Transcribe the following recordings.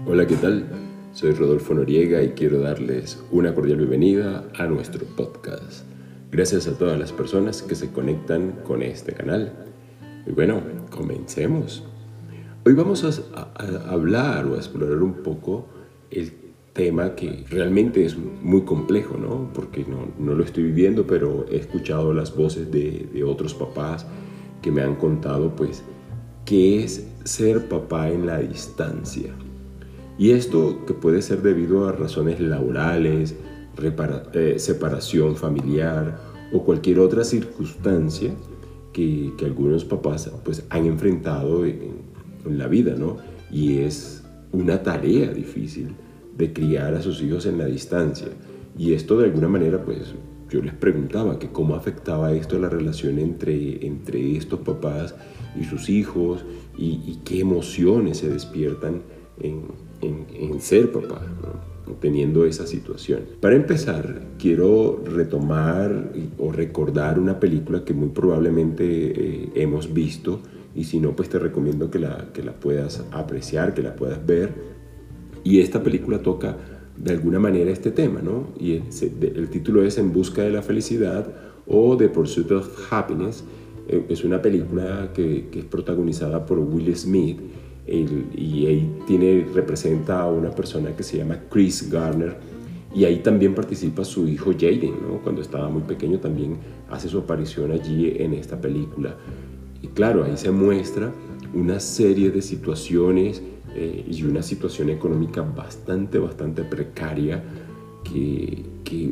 Hola, ¿qué tal? Soy Rodolfo Noriega y quiero darles una cordial bienvenida a nuestro podcast. Gracias a todas las personas que se conectan con este canal. Y bueno, comencemos. Hoy vamos a hablar o a explorar un poco el tema que realmente es muy complejo, ¿no? Porque no lo estoy viviendo, pero he escuchado las voces de otros papás que me han contado, pues, qué es ser papá en la distancia. Y esto que puede ser debido a razones laborales, separación familiar o cualquier otra circunstancia que algunos papás pues, han enfrentado en la vida, ¿no? Y es una tarea difícil de criar a sus hijos en la distancia. Y esto de alguna manera, pues yo les preguntaba que cómo afectaba esto la relación entre estos papás y sus hijos y qué emociones se despiertan en ser papá, ¿no? Teniendo esa situación. Para empezar, quiero retomar o recordar una película que muy probablemente hemos visto, y si no, pues te recomiendo que la puedas apreciar, que la puedas ver. Y esta película toca de alguna manera este tema, ¿no? Y el título es En busca de la felicidad o The Pursuit of Happiness. Es una película que es protagonizada por Will Smith, y ahí representa a una persona que se llama Chris Garner, y ahí también participa su hijo Jaden, ¿no? Cuando estaba muy pequeño también hace su aparición allí en esta película. Y claro, ahí se muestra una serie de situaciones y una situación económica bastante precaria que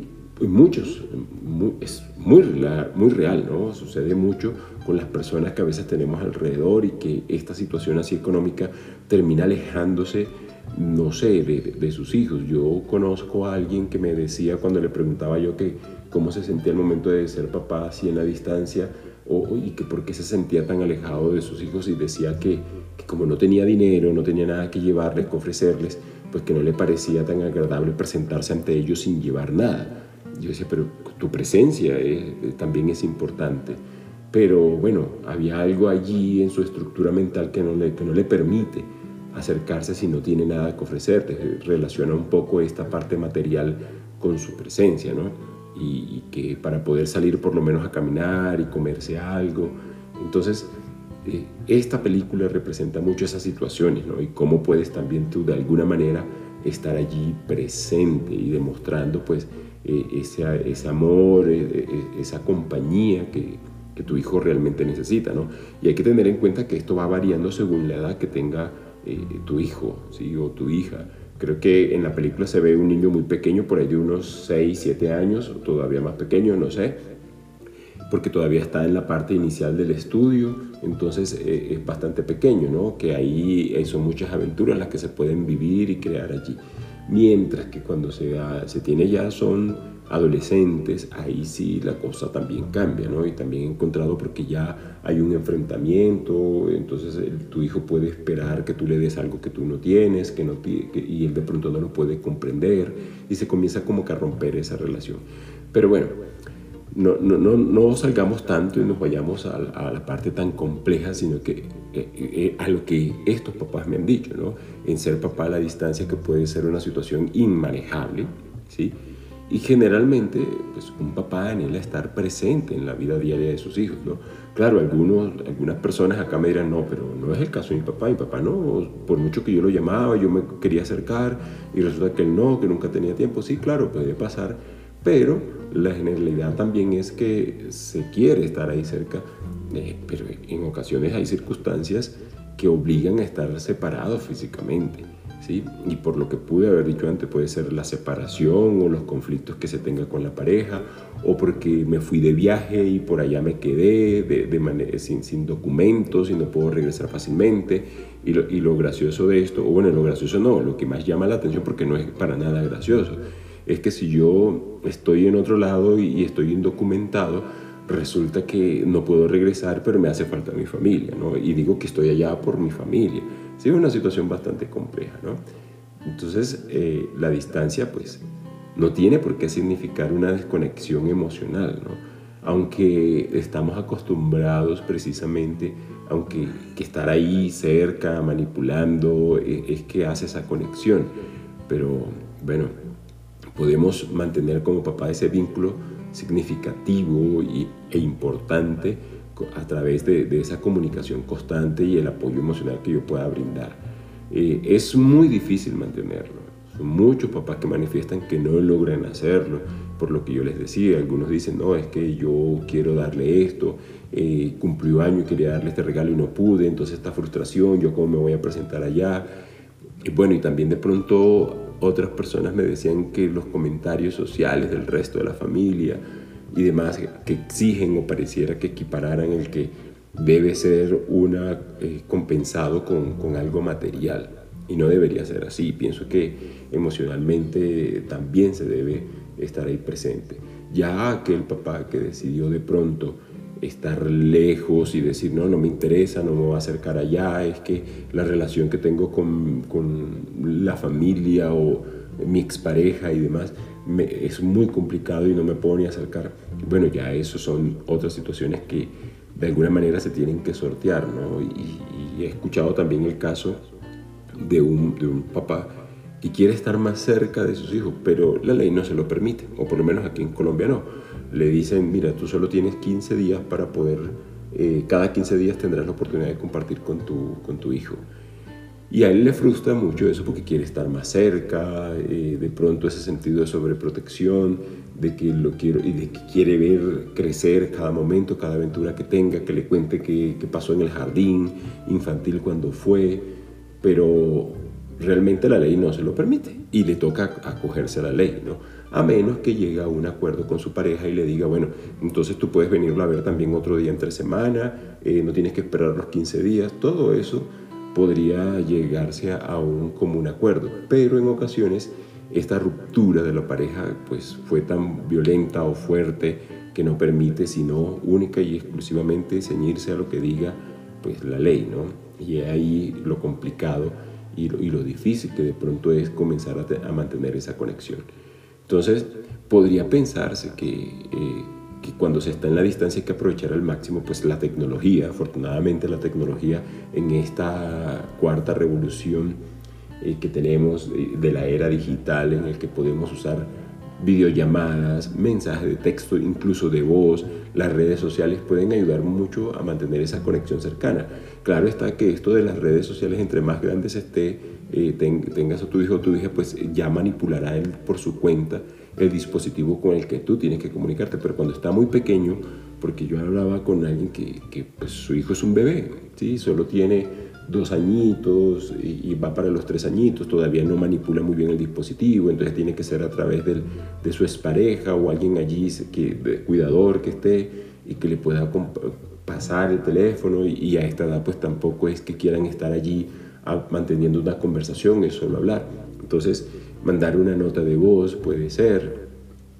es muy real, ¿no? Sucede mucho con las personas que a veces tenemos alrededor, y que esta situación así económica termina alejándose, no sé, de sus hijos. Yo conozco a alguien que me decía, cuando le preguntaba yo que cómo se sentía al momento de ser papá así en la distancia, y que por qué se sentía tan alejado de sus hijos, y decía que como no tenía dinero, no tenía nada que llevarles, que ofrecerles, pues que no le parecía tan agradable presentarse ante ellos sin llevar nada. Yo decía, pero tu presencia también es importante. Pero bueno, había algo allí en su estructura mental que no le permite acercarse si no tiene nada que ofrecerte. Relaciona un poco esta parte material con su presencia, ¿no? Y que para poder salir por lo menos a caminar y comerse algo. Entonces, esta película representa mucho esas situaciones, ¿no? Y cómo puedes también tú de alguna manera estar allí presente y demostrando pues ese amor, esa compañía que tu hijo realmente necesita, ¿no? Y hay que tener en cuenta que esto va variando según la edad que tenga tu hijo, ¿sí? O tu hija. Creo que en la película se ve un niño muy pequeño, por ahí de unos 6, 7 años, o todavía más pequeño, no sé, porque todavía está en la parte inicial del estudio, entonces es bastante pequeño, ¿no? Que ahí son muchas aventuras las que se pueden vivir y crear allí. Mientras que cuando se tiene ya son adolescentes, ahí sí la cosa también cambia, ¿no? Y también he encontrado, porque ya hay un enfrentamiento, entonces tu hijo puede esperar que tú le des algo que tú no tienes, y él de pronto no lo puede comprender, y se comienza como que a romper esa relación. Pero bueno, no salgamos tanto y nos vayamos a la parte tan compleja, sino que a lo que estos papás me han dicho, ¿no? En ser papá a la distancia, que puede ser una situación inmanejable, ¿sí? Y generalmente, pues, un papá anhela estar presente en la vida diaria de sus hijos, ¿no? Claro, algunas personas acá me dirán, no, pero no es el caso de mi papá. Mi papá no, por mucho que yo lo llamaba, yo me quería acercar, y resulta que él no, que nunca tenía tiempo. Sí, claro, puede pasar, pero la generalidad también es que se quiere estar ahí cerca, pero en ocasiones hay circunstancias que obligan a estar separados físicamente, ¿sí? Y por lo que pude haber dicho antes, puede ser la separación o los conflictos que se tenga con la pareja, o porque me fui de viaje y por allá me quedé sin documentos y no puedo regresar fácilmente. Y lo gracioso de esto, o bueno, lo gracioso no, lo que más llama la atención, porque no es para nada gracioso, es que si yo estoy en otro lado y estoy indocumentado, resulta que no puedo regresar, pero me hace falta mi familia, ¿no? Y digo que estoy allá por mi familia. Sí, es una situación bastante compleja, ¿no? Entonces, la distancia, pues, no tiene por qué significar una desconexión emocional, ¿no? aunque estamos acostumbrados precisamente, aunque que estar ahí cerca, manipulando, es que hace esa conexión. Pero bueno, podemos mantener como papá ese vínculo significativo e importante a través de esa comunicación constante y el apoyo emocional que yo pueda brindar. Es muy difícil mantenerlo. Son muchos papás que manifiestan que no logran hacerlo, por lo que yo les decía. Algunos dicen, no, es que yo quiero darle esto, cumplió año y quería darle este regalo y no pude, entonces esta frustración, yo cómo me voy a presentar allá. Y bueno, y también de pronto otras personas me decían que los comentarios sociales del resto de la familia y demás que exigen o pareciera que equipararan el que debe ser compensado con algo material. Y no debería ser así. Pienso que emocionalmente también se debe estar ahí presente. Ya aquel papá que decidió de pronto estar lejos y decir, no me interesa, no me voy a acercar allá, es que la relación que tengo con la familia o mi expareja y demás es muy complicado y no me puedo ni acercar. Bueno, ya eso son otras situaciones que de alguna manera se tienen que sortear, ¿no? Y he escuchado también el caso de un papá que quiere estar más cerca de sus hijos, pero la ley no se lo permite, o por lo menos aquí en Colombia no. Le dicen, mira, tú solo tienes 15 días para poder, cada 15 días tendrás la oportunidad de compartir con tu hijo. Y a él le frustra mucho eso porque quiere estar más cerca, de pronto ese sentido de sobreprotección, de que lo quiero y de que quiere ver crecer cada momento, cada aventura que tenga, que le cuente qué pasó en el jardín infantil cuando fue, pero realmente la ley no se lo permite y le toca acogerse a la ley, ¿no? A menos que llegue a un acuerdo con su pareja y le diga, bueno, entonces tú puedes venirlo a ver también otro día entre semana, no tienes que esperar los 15 días, todo eso podría llegarse a un común acuerdo, pero en ocasiones esta ruptura de la pareja pues fue tan violenta o fuerte que no permite sino única y exclusivamente ceñirse a lo que diga pues la ley, ¿no? Y ahí lo complicado y lo difícil que de pronto es comenzar a mantener esa conexión. Entonces podría pensarse que cuando se está en la distancia hay que aprovechar al máximo pues la tecnología. Afortunadamente la tecnología en esta cuarta revolución que tenemos de la era digital, en el que podemos usar videollamadas, mensajes de texto, incluso de voz, las redes sociales pueden ayudar mucho a mantener esa conexión cercana. Claro está que esto de las redes sociales, entre más grandes esté, tengas a tu hijo o tu hija, pues ya manipulará él por su cuenta el dispositivo con el que tú tienes que comunicarte. Pero cuando está muy pequeño, porque yo hablaba con alguien que pues, su hijo es un bebé, ¿sí? Solo tiene 2 añitos y va para los 3 añitos, todavía no manipula muy bien el dispositivo, entonces tiene que ser a través de su expareja o alguien allí, de cuidador que esté y que le pueda pasar el teléfono y a esta edad pues tampoco es que quieran estar allí manteniendo una conversación, es solo hablar. Entonces mandar una nota de voz puede ser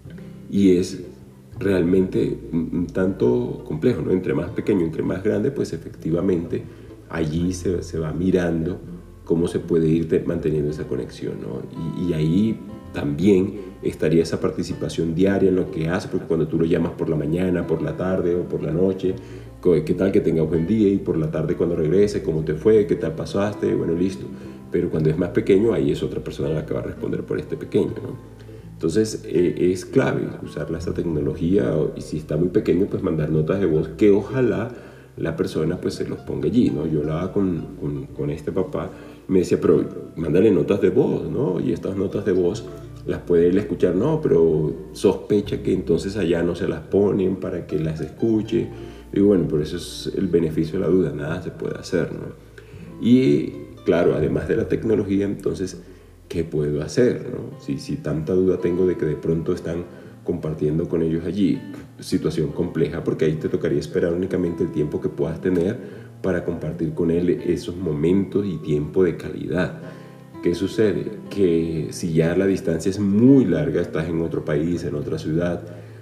y es realmente un tanto complejo, ¿no? Entre más pequeño, entre más grande, pues efectivamente allí se va mirando cómo se puede ir manteniendo esa conexión, ¿no? Y ahí también estaría esa participación diaria en lo que hace, porque cuando tú lo llamas por la mañana, por la tarde o por la noche, qué tal que tenga buen día, y por la tarde cuando regrese, cómo te fue, qué tal pasaste, bueno, listo. Pero cuando es más pequeño, ahí es otra persona la que va a responder por este pequeño, ¿no? Entonces es clave usar esta tecnología y si está muy pequeño, pues mandar notas de voz que ojalá la persona pues se los ponga allí, ¿no? Yo hablaba con este papá, me decía, pero mándale notas de voz, ¿no? Y estas notas de voz las puede él escuchar, no, pero sospecha que entonces allá no se las ponen para que las escuche. Digo, bueno, por eso es el beneficio de la duda, nada se puede hacer, ¿no? Y claro, además de la tecnología, entonces, ¿qué puedo hacer, no? Si tanta duda tengo de que de pronto están compartiendo con ellos allí, situación compleja, porque ahí te tocaría esperar únicamente el tiempo que puedas tener para compartir con él esos momentos y tiempo de calidad. ¿Qué sucede? Que si ya la distancia es muy larga, estás en otro país, en otra ciudad,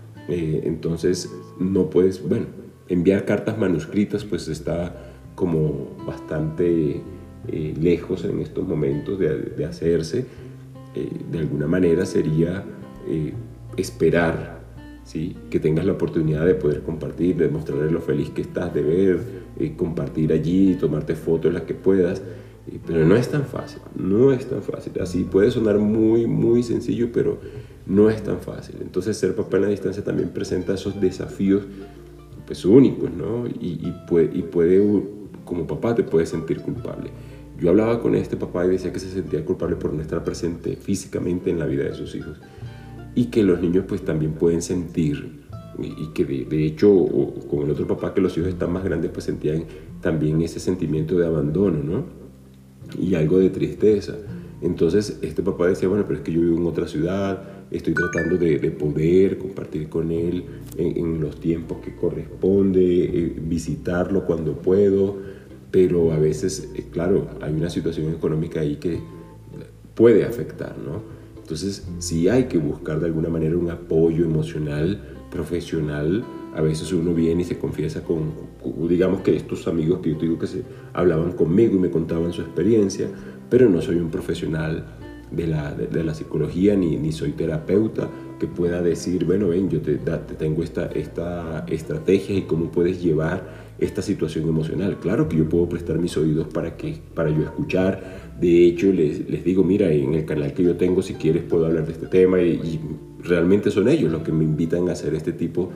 entonces no puedes, bueno, enviar cartas manuscritas pues está como bastante lejos en estos momentos de hacerse. De alguna manera sería esperar ¿sí? Que tengas la oportunidad de poder compartir, de mostrarle lo feliz que estás de ver, compartir allí, tomarte fotos las que puedas. Pero no es tan fácil, no es tan fácil. Así puede sonar muy, muy sencillo, pero no es tan fácil. Entonces ser papá en la distancia también presenta esos desafíos pues únicos, ¿no? Y puede, como papá te puedes sentir culpable. Yo hablaba con este papá y decía que se sentía culpable por no estar presente físicamente en la vida de sus hijos. Y que los niños pues también pueden sentir, y que de hecho, con el otro papá, que los hijos están más grandes, pues sentían también ese sentimiento de abandono, ¿no? Y algo de tristeza. Entonces este papá decía, bueno, pero es que yo vivo en otra ciudad, estoy tratando de poder compartir con él en los tiempos que corresponde, visitarlo cuando puedo, pero a veces, claro, hay una situación económica ahí que puede afectar, ¿no? Entonces sí hay que buscar de alguna manera un apoyo emocional, profesional. A veces uno viene y se confiesa con, digamos que estos amigos que yo te digo que se hablaban conmigo y me contaban su experiencia, pero no soy un profesional de la psicología ni soy terapeuta que pueda decir, bueno, ven, yo te tengo esta estrategia y cómo puedes llevar esta situación emocional. Claro que yo puedo prestar mis oídos para yo escuchar. De hecho, les digo, mira, en el canal que yo tengo, si quieres puedo hablar de este tema, y realmente son ellos los que me invitan a hacer este tipo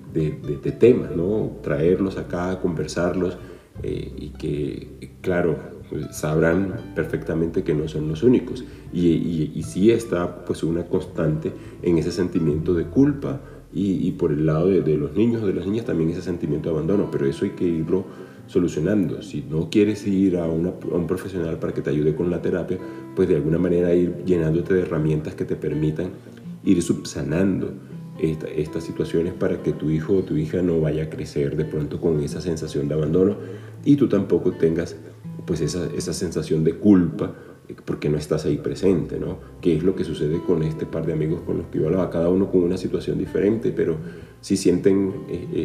de temas, ¿no? Traerlos acá, conversarlos, y que, claro, pues, sabrán perfectamente que no son los únicos. Y sí está pues una constante en ese sentimiento de culpa, y por el lado de los niños o de las niñas también ese sentimiento de abandono, pero eso hay que irlo solucionando. Si no quieres ir a un profesional para que te ayude con la terapia, pues de alguna manera ir llenándote de herramientas que te permitan ir subsanando estas situaciones para que tu hijo o tu hija no vaya a crecer de pronto con esa sensación de abandono, y tú tampoco tengas pues esa sensación de culpa porque no estás ahí presente, ¿no? Que es lo que sucede con este par de amigos con los que yo hablaba, cada uno con una situación diferente, pero sí sienten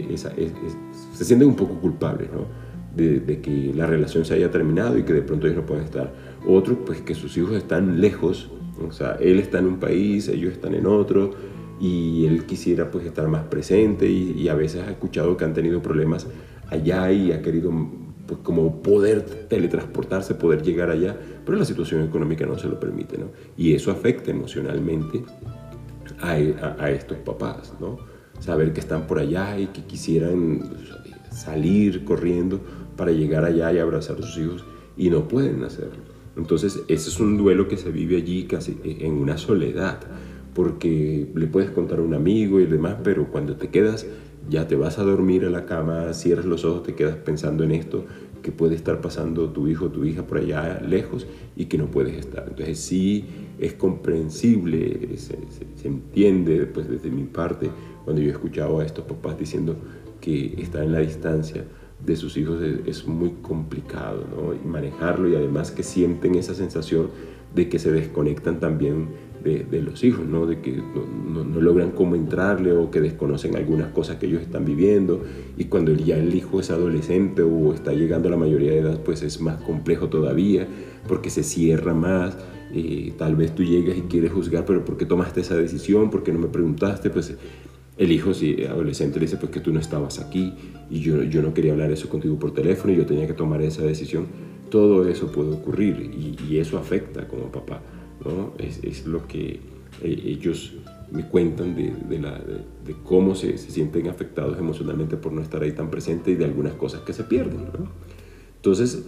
se sienten un poco culpables, ¿no? De que la relación se haya terminado y que de pronto ellos no puedan estar. Otros, pues que sus hijos están lejos, o sea, él está en un país, ellos están en otro, y él quisiera pues estar más presente, y a veces ha escuchado que han tenido problemas allá y ha querido pues como poder teletransportarse, poder llegar allá, pero la situación económica no se lo permite, ¿no? Y eso afecta emocionalmente a estos papás, ¿no? Saber que están por allá y que quisieran salir corriendo para llegar allá y abrazar a sus hijos y no pueden hacerlo. Entonces ese es un duelo que se vive allí casi en una soledad, porque le puedes contar a un amigo y demás, pero cuando te quedas, ya te vas a dormir a la cama, cierras los ojos, te quedas pensando en esto, que puede estar pasando tu hijo o tu hija por allá lejos y que no puedes estar. Entonces sí es comprensible, se entiende pues, desde mi parte, cuando yo he escuchado a estos papás diciendo que estar en la distancia de sus hijos es muy complicado, ¿no? Y manejarlo, y además que sienten esa sensación de que se desconectan también de los hijos, ¿no? De que no logran cómo entrarle, o que desconocen algunas cosas que ellos están viviendo, y cuando ya el hijo es adolescente o está llegando a la mayoría de edad, pues es más complejo todavía, porque se cierra más. Tal vez tú llegas y quieres juzgar, pero ¿por qué tomaste esa decisión? ¿Por qué no me preguntaste? Pues el hijo, si adolescente, le dice pues que tú no estabas aquí y yo no quería hablar eso contigo por teléfono y yo tenía que tomar esa decisión. Todo eso puede ocurrir, y eso afecta como papá, ¿no? Es lo que ellos me cuentan de cómo se sienten afectados emocionalmente por no estar ahí tan presente, y de algunas cosas que se pierden, ¿no? Entonces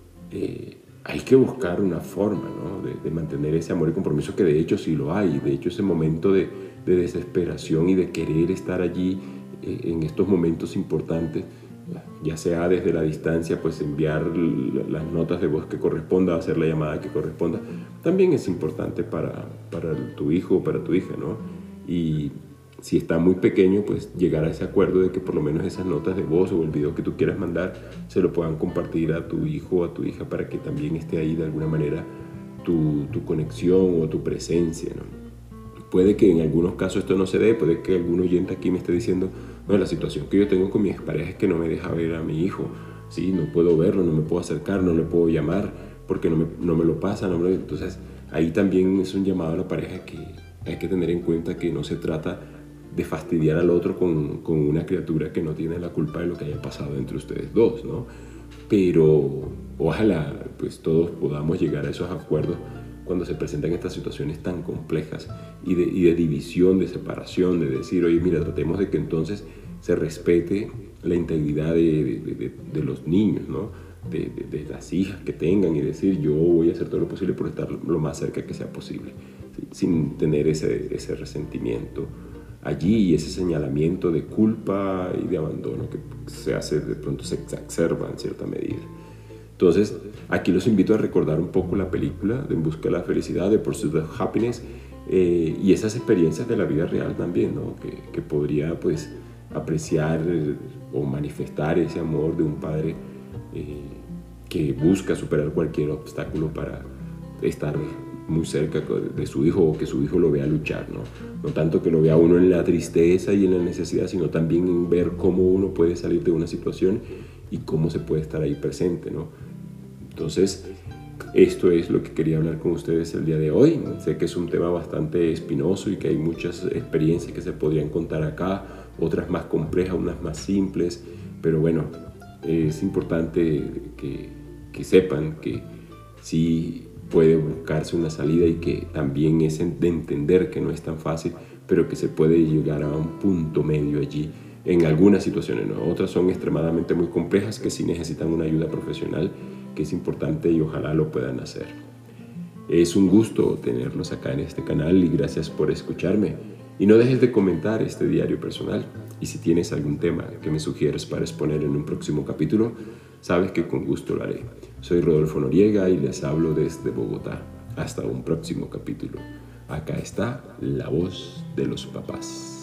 hay que buscar una forma, ¿no? de mantener ese amor y compromiso, que de hecho sí lo hay. De hecho ese momento de desesperación y de querer estar allí en estos momentos importantes, ya sea desde la distancia, pues enviar las notas de voz que corresponda, hacer la llamada que corresponda, también es importante para tu hijo o para tu hija, ¿no? Y si está muy pequeño, pues llegar a ese acuerdo de que por lo menos esas notas de voz o el video que tú quieras mandar se lo puedan compartir a tu hijo o a tu hija, para que también esté ahí de alguna manera tu conexión o tu presencia, ¿no? Puede que en algunos casos esto no se dé, puede que algún oyente aquí me esté diciendo, no, la situación que yo tengo con mi expareja es que no me deja ver a mi hijo, ¿sí? No puedo verlo, no me puedo acercar, no le puedo llamar porque no me lo pasa. Entonces ahí también es un llamado a la pareja, que hay que tener en cuenta que no se trata de fastidiar al otro con una criatura que no tiene la culpa de lo que haya pasado entre ustedes dos, ¿no? Pero ojalá pues todos podamos llegar a esos acuerdos cuando se presentan estas situaciones tan complejas y de división, de separación, de decir, oye, mira, tratemos de que entonces se respete la integridad de los niños, ¿no? De las hijas que tengan, y decir, yo voy a hacer todo lo posible por estar lo más cerca que sea posible, ¿sí? Sin tener ese resentimiento allí y ese señalamiento de culpa y de abandono que se hace, de pronto se exacerba en cierta medida. Entonces, aquí los invito a recordar un poco la película de En busca de la felicidad, de Pursuit of Happiness, y esas experiencias de la vida real también, ¿no? Que podría pues apreciar o manifestar ese amor de un padre que busca superar cualquier obstáculo para estar muy cerca de su hijo, o que su hijo lo vea luchar, ¿no? No tanto que lo vea uno en la tristeza y en la necesidad, sino también en ver cómo uno puede salir de una situación y cómo se puede estar ahí presente, ¿no? Entonces, esto es lo que quería hablar con ustedes el día de hoy. Sé que es un tema bastante espinoso y que hay muchas experiencias que se podrían contar acá, otras más complejas, unas más simples, pero bueno, es importante que sepan que sí puede buscarse una salida, y que también es de entender que no es tan fácil, pero que se puede llegar a un punto medio allí en algunas situaciones, ¿no? Otras son extremadamente muy complejas que sí necesitan una ayuda profesional, que es importante y ojalá lo puedan hacer. Es un gusto tenerlos acá en este canal y gracias por escucharme. Y no dejes de comentar este diario personal. Y si tienes algún tema que me sugieres para exponer en un próximo capítulo, sabes que con gusto lo haré. Soy Rodolfo Noriega y les hablo desde Bogotá. Hasta un próximo capítulo. Acá está la voz de los papás.